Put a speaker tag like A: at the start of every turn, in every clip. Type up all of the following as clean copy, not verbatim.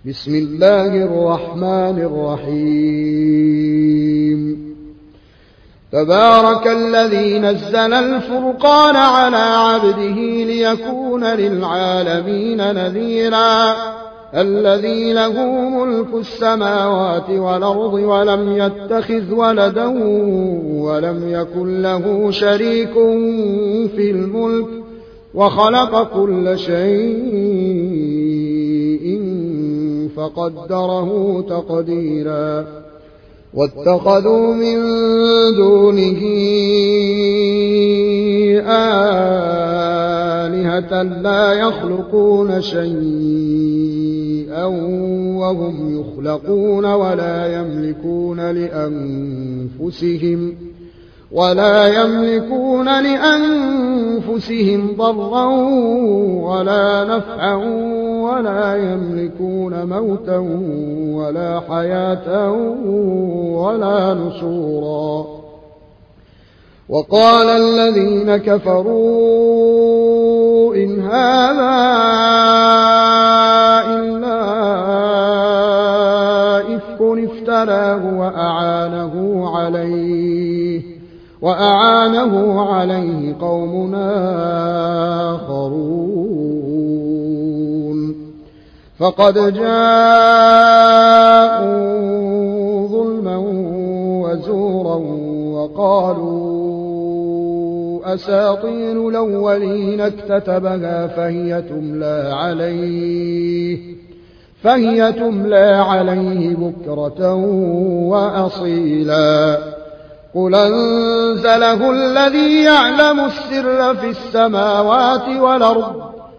A: بسم الله الرحمن الرحيم تبارك الذي نزل الفرقان على عبده ليكون للعالمين نذيرا الذي له ملك السماوات والأرض ولم يتخذ ولدا ولم يكن له شريك في الملك وخلق كل شيء فقدره تقديرا واتخذوا من دونه آلهة لا يخلقون شيئا وهم يخلقون ولا يملكون لأنفسهم ضرا ولا نفعا ولا يملكون موتا ولا حياة ولا نشورا وقال الذين كفروا إن هذا إلا إفك افتراه وأعانه عليه قوم آخرون فقد جاءوا ظلما وزورا وقالوا أساطير الأولين اكتتبها فهي تملى عليه بكرة وأصيلا قل أنزله الذي يعلم السر في السماوات والأرض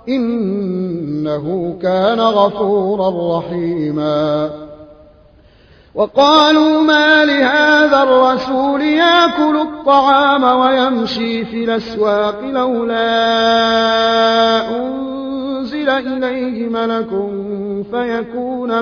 A: إنه كان غفورا رحيما وقالوا ما لهذا الرسول يأكل الطعام ويمشي في الأسواق لولا أنزل إليه ملك فيكون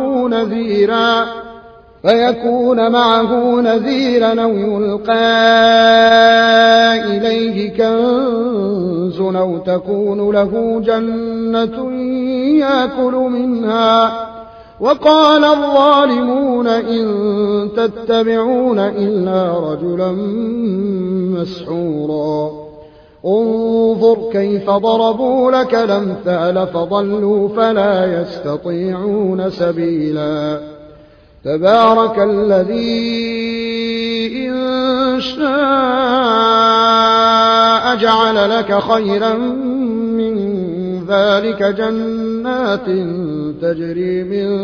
A: معه نذيرا أو يلقى إليه كنز أو تكون له جنة يأكل منها وقال الظالمون إن تتبعون إلا رجلا مسحورا انظر كيف ضربوا لك الأمثال فضلوا فلا يستطيعون سبيلا تبارك الذي إن شاء جعل لك خيرا من ذلك جنات تجري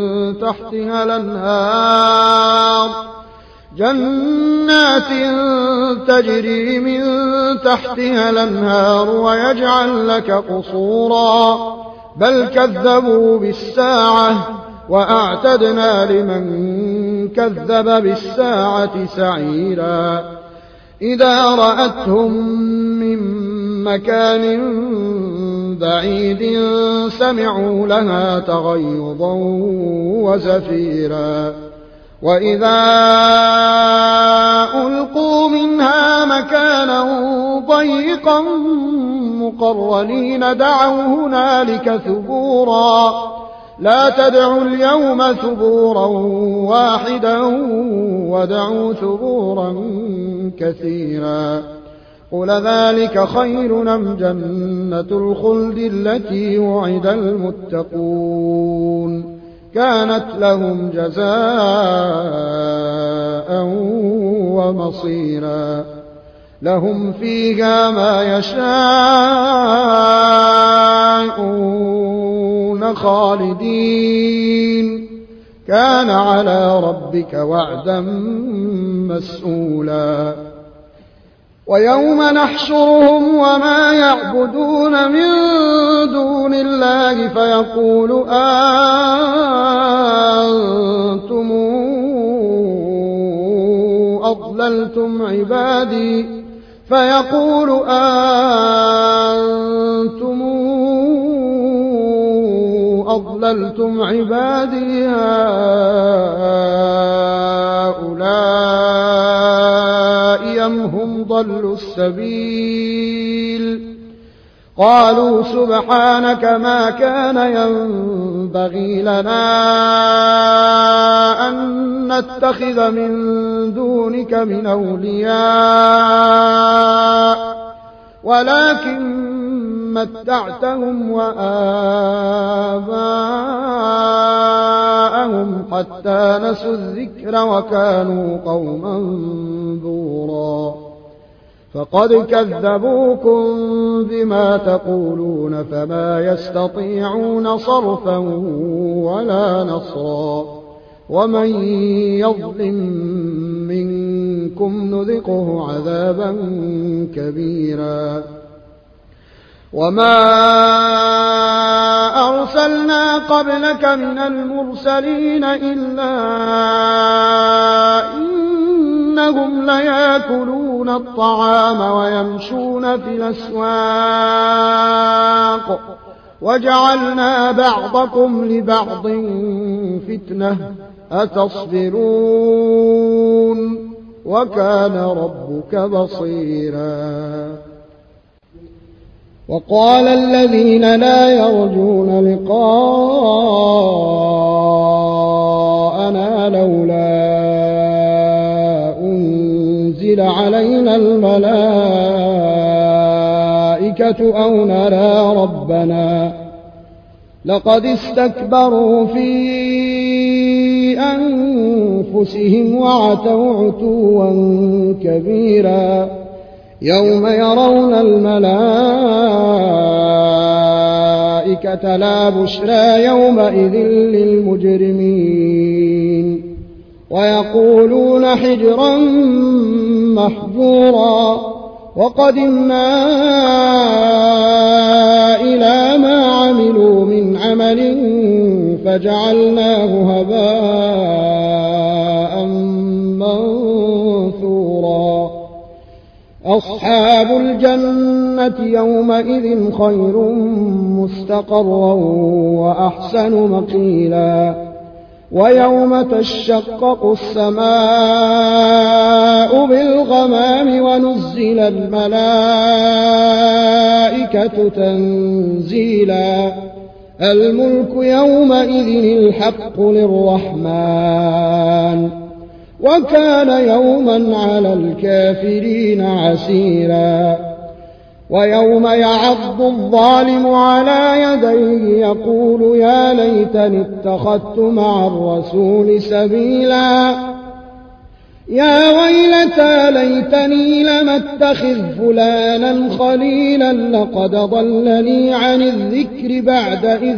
A: من تحتها الأنهار ويجعل لك قصورا بل كذبوا بالساعة وأعتدنا لمن كذب بالساعة سعيرا إذا رأتهم من مكان بعيد سمعوا لها تغيظا وزفيرا وإذا ألقوا منها مكانا ضيقا مقرنين دعوا هنالك ثبورا لا تدعوا اليوم ثبورا واحدا ودعوا ثبورا كثيرا قل ذلك خير أم جنة الخلد التي وعد المتقون كانت لهم جزاء ومصيرا لهم فيها ما يشاءون خالدين كان على ربك وعدا مسئولا ويوم نحشرهم وما يعبدون من دون الله فيقول أنتم أضللتم عبادي هؤلاء أم هم ضلوا السبيل قالوا سبحانك ما كان ينبغي لنا أن نتخذ من دونك من أولياء ولكن متعتهم وآباءهم حتى نسوا الذكر وكانوا قوما بورا فقد كذبوكم بما تقولون فما يستطيعون صرفا ولا نصرا ومن يظلم منكم نذقه عذابا كبيرا وما أرسلنا قبلك من المرسلين إلا إنهم ليأكلون الطعام ويمشون في الأسواق وجعلنا بعضكم لبعض فتنة أتصبرون وكان ربك بصيرا وقال الذين لا يرجون لقاءنا لولا أنزل علينا الملائكة أو نرى ربنا لقد استكبروا في أنفسهم وعتوا عتوا كبيرا يوم يرون الملائكة لا بشرى يومئذ للمجرمين ويقولون حجرا محجورا وقدمنا إلى ما عملوا من عمل فجعلناه هباء منثورا أصحاب الجنة يومئذ خير مستقرا وأحسن مقيلا ويوم تشقق السماء بالغمام ونزل الملائكة تنزيلا الملك يومئذ الحق للرحمن وكان يوما على الكافرين عسيرا ويوم يعض الظالم على يديه يقول يا ليتني اتخذت مع الرسول سبيلا يا ويلتى ليتني لم اتخذ فلانا خليلا لقد ضلني عن الذكر بعد إذ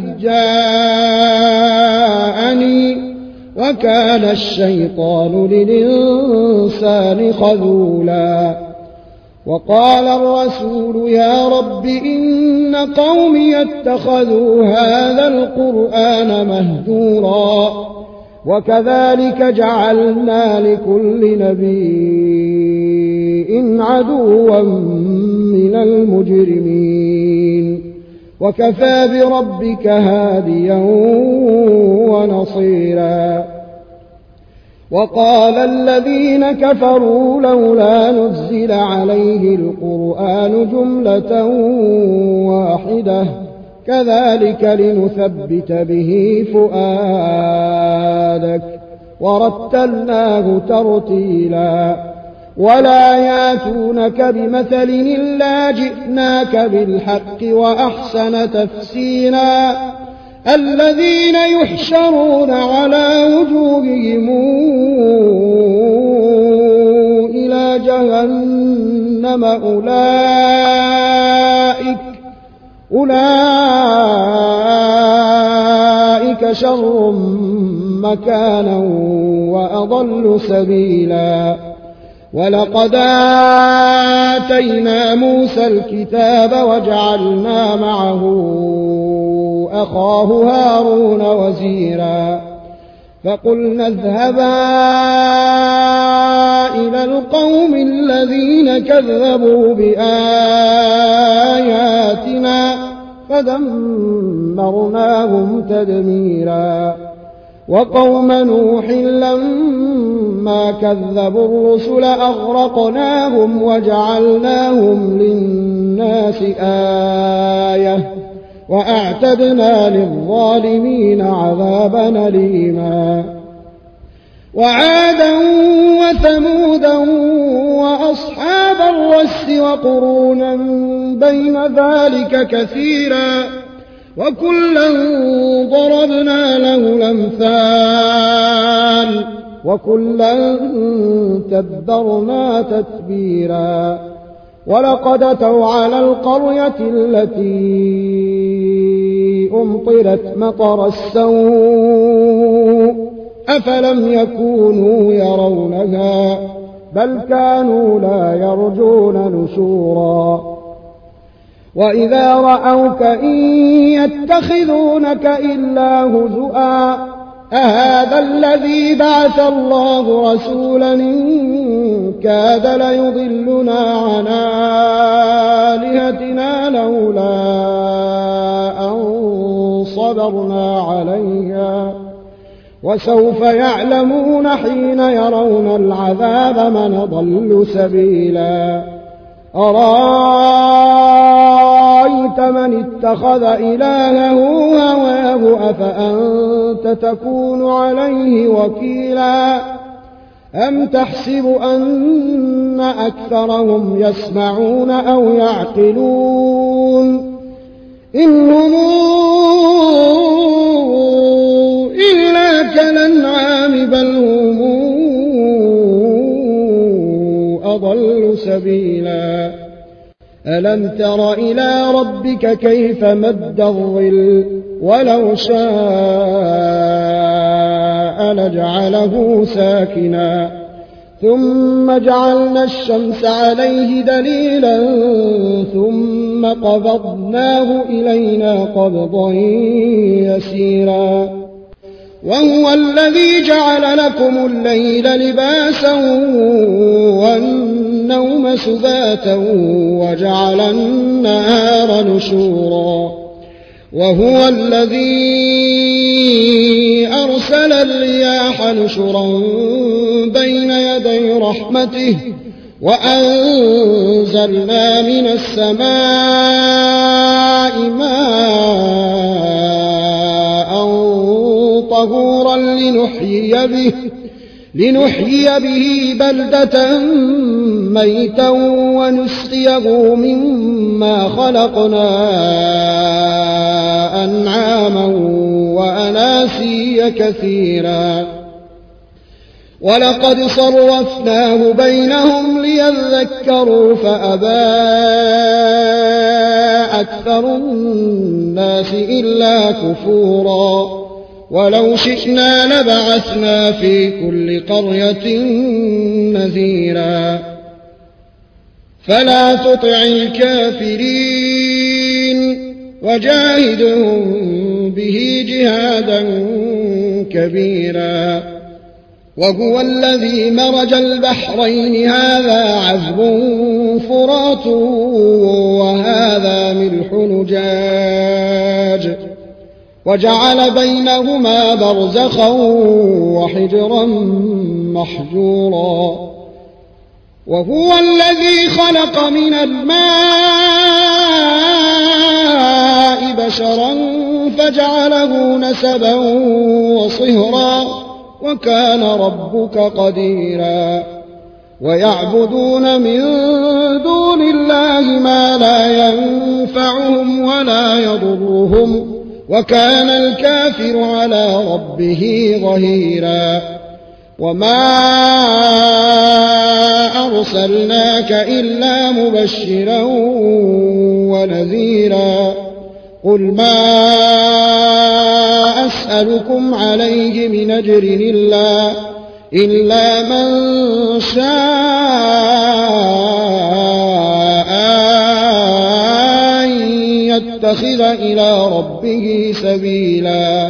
A: جاءني وكان الشيطان للإنسان خذولا وقال الرسول يا رب إن قومي اتخذوا هذا القرآن مهجورا وكذلك جعلنا لكل نبي عدوا من المجرمين وكفى بربك هاديا ونصيرا وقال الذين كفروا لولا نزل عليه القرآن جملة واحدة كذلك لنثبت به فؤادك ورتلناه ترتيلا ولا ياتونك بمثل إلا جئناك بالحق وأحسن تفسيرا الذين يحشرون على وجوههم إلى جهنم أولئك شر مكانا وأضل سبيلا ولقد آتينا موسى الكتاب وجعلنا معه أخاه هارون وزيرا فقلنا اذهبا إلى القوم الذين كذبوا بآياتنا فدمرناهم تدميرا وقوم نوح لما كذبوا الرسل أغرقناهم وجعلناهم للناس آية وأعتدنا للظالمين عذابا أليما وعادا وثمودا وأصحاب الرس وقرونا بين ذلك كثيرا وكلا ضربنا له الأمثال وكلا تبرنا تتبيرا ولقد أتوا على القرية التي أمطرت مطر السوء أفلم يكونوا يرونها بل كانوا لا يرجون نشورا وإذا رأوك إن يتخذونك إلا هزؤا أهذا الذي بعث الله رسولا إن كاد ليضلنا عن آلهتنا لولا أن صبرنا عليها وسوف يعلمون حين يرون العذاب من ضل سبيلا أرأيت من اتخذ إلهه هواه أفأنت تكون عليه وكيلا أم تحسب أن أكثرهم يسمعون أو يعقلون إن هم إلا كالأنعام بل هم أضل سبيلا ألم تر إلى ربك كيف مد الظل ولو شاء لجعله ساكنا ثم جعلنا الشمس عليه دليلا ثم قبضناه إلينا قبضا يسيرا وهو الذي جعل لكم الليل لباسا والنوم سباتا وجعل النهار نشورا وهو الذي أرسل الرياح نشرا بين يدي رحمته وأنزلنا من السماء ماء طهورا لنحيي به بلدة ميتا ونسقيه مما خلقنا أنعاما وأناسيا كثيرا ولقد صرفناه بينهم ليذكروا فأبى أكثر الناس إلا كفورا ولو شئنا لبعثنا في كل قرية نذيرا فلا تطع الكافرين وجاهدهم به جهادا كبيرا وهو الذي مرج البحرين هذا عذب فرات وهذا ملح نجاج وجعل بينهما برزخا وحجرا محجورا وهو الذي خلق من الماء بشرا فجعله نسبا وصهرا وكان ربك قديرا ويعبدون من دون الله ما لا ينفعهم ولا يضرهم وكان الكافر على ربه ظهيرا وما أرسلناك إلا مبشرا ونذيرا قل ما أسألكم عليه من أجر إلا من شاء أن يتخذ إلى ربه سبيلا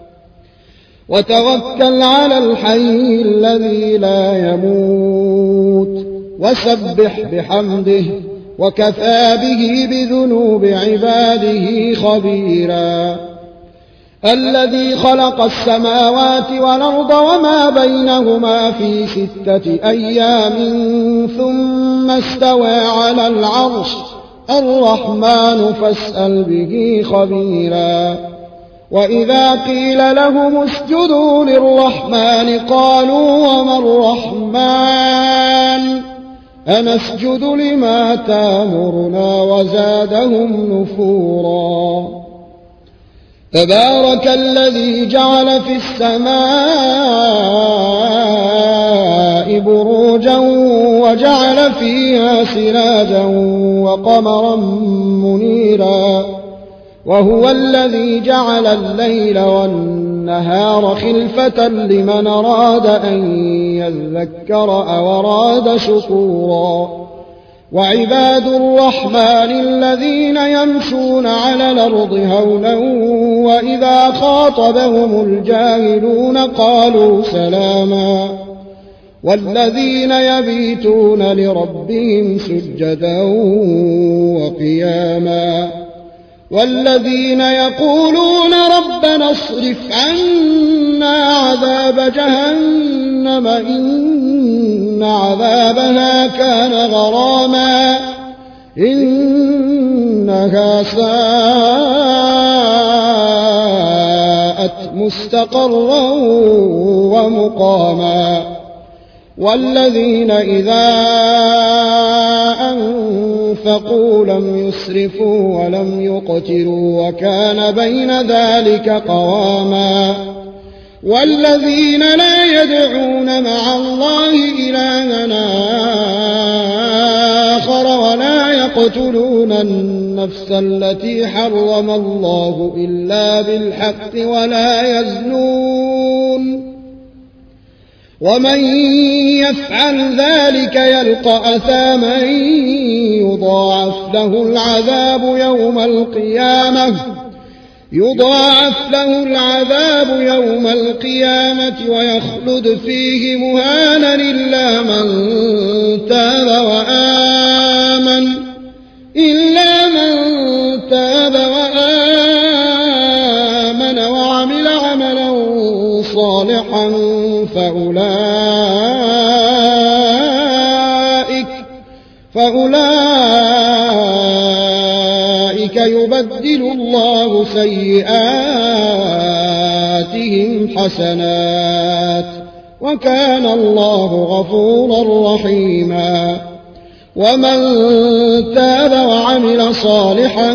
A: وتوكل على الحي الذي لا يموت وسبح بحمده وكفى به بذنوب عباده خبيرا الذي خلق السماوات والأرض وما بينهما في 6 أيام ثم استوى على العرش الرحمن فاسأل به خبيرا وإذا قيل لهم اسجدوا للرحمن قالوا وما الرحمن أنسجد لما تامرنا وزادهم نفورا تبارك الذي جعل في السماء بروجا وجعل فيها سراجا وقمرا منيرا وهو الذي جعل الليل والنهار خلفة لمن أراد أن يذكر أو أراد شكورا وعباد الرحمن الذين يمشون على الأرض هونا وإذا خاطبهم الجاهلون قالوا سلاما والذين يبيتون لربهم سجدا وقياما والذين يقولون ربنا اصرف عنا عذاب جهنم إن عذابها كان غراما إنها ساءت مستقرا ومقاما والذين إذا أنفقوا لم يسرفوا ولم يقتروا وكان بين ذلك قواما والذين لا يدعون مع الله إلها آخر ولا يقتلون النفس التي حرم الله إلا بالحق ولا يزنون ومن يفعل ذلك يلقى أثاما يضاعف له العذاب يوم القيامة ويخلد فيه مهانا إلا من تاب وآمن وعمل عملا صالحا فأولئك يبدل الله سيئاتهم حسنات وكان الله غفورا رحيما ومن تاب وعمل صالحا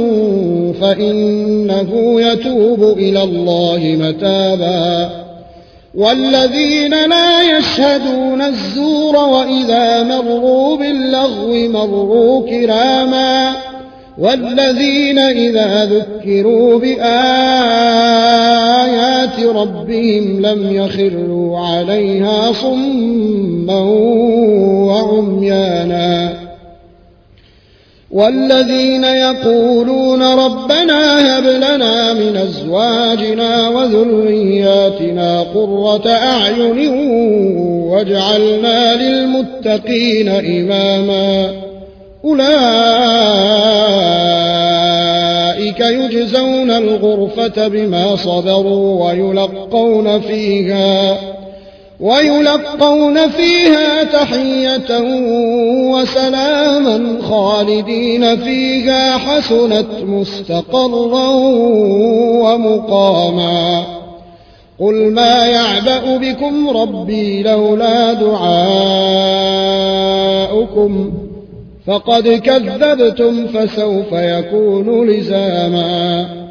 A: فإنه يتوب إلى الله متابا والذين لا يشهدون الزور وإذا مروا باللغو مروا كراما والذين إذا ذكروا بآيات ربهم لم يخروا عليها صما وعميانا والذين يقولون ربنا هب لنا من أزواجنا وذرياتنا قرة أعين واجعلنا للمتقين إماما أولئك يجزون الغرفة بما صبروا ويلقون فيها تحية وسلاما خالدين فيها حسنت مستقرا ومقاما قل ما يعبأ بكم ربي لولا دعاؤكم فقد كذبتم فسوف يكون لزاما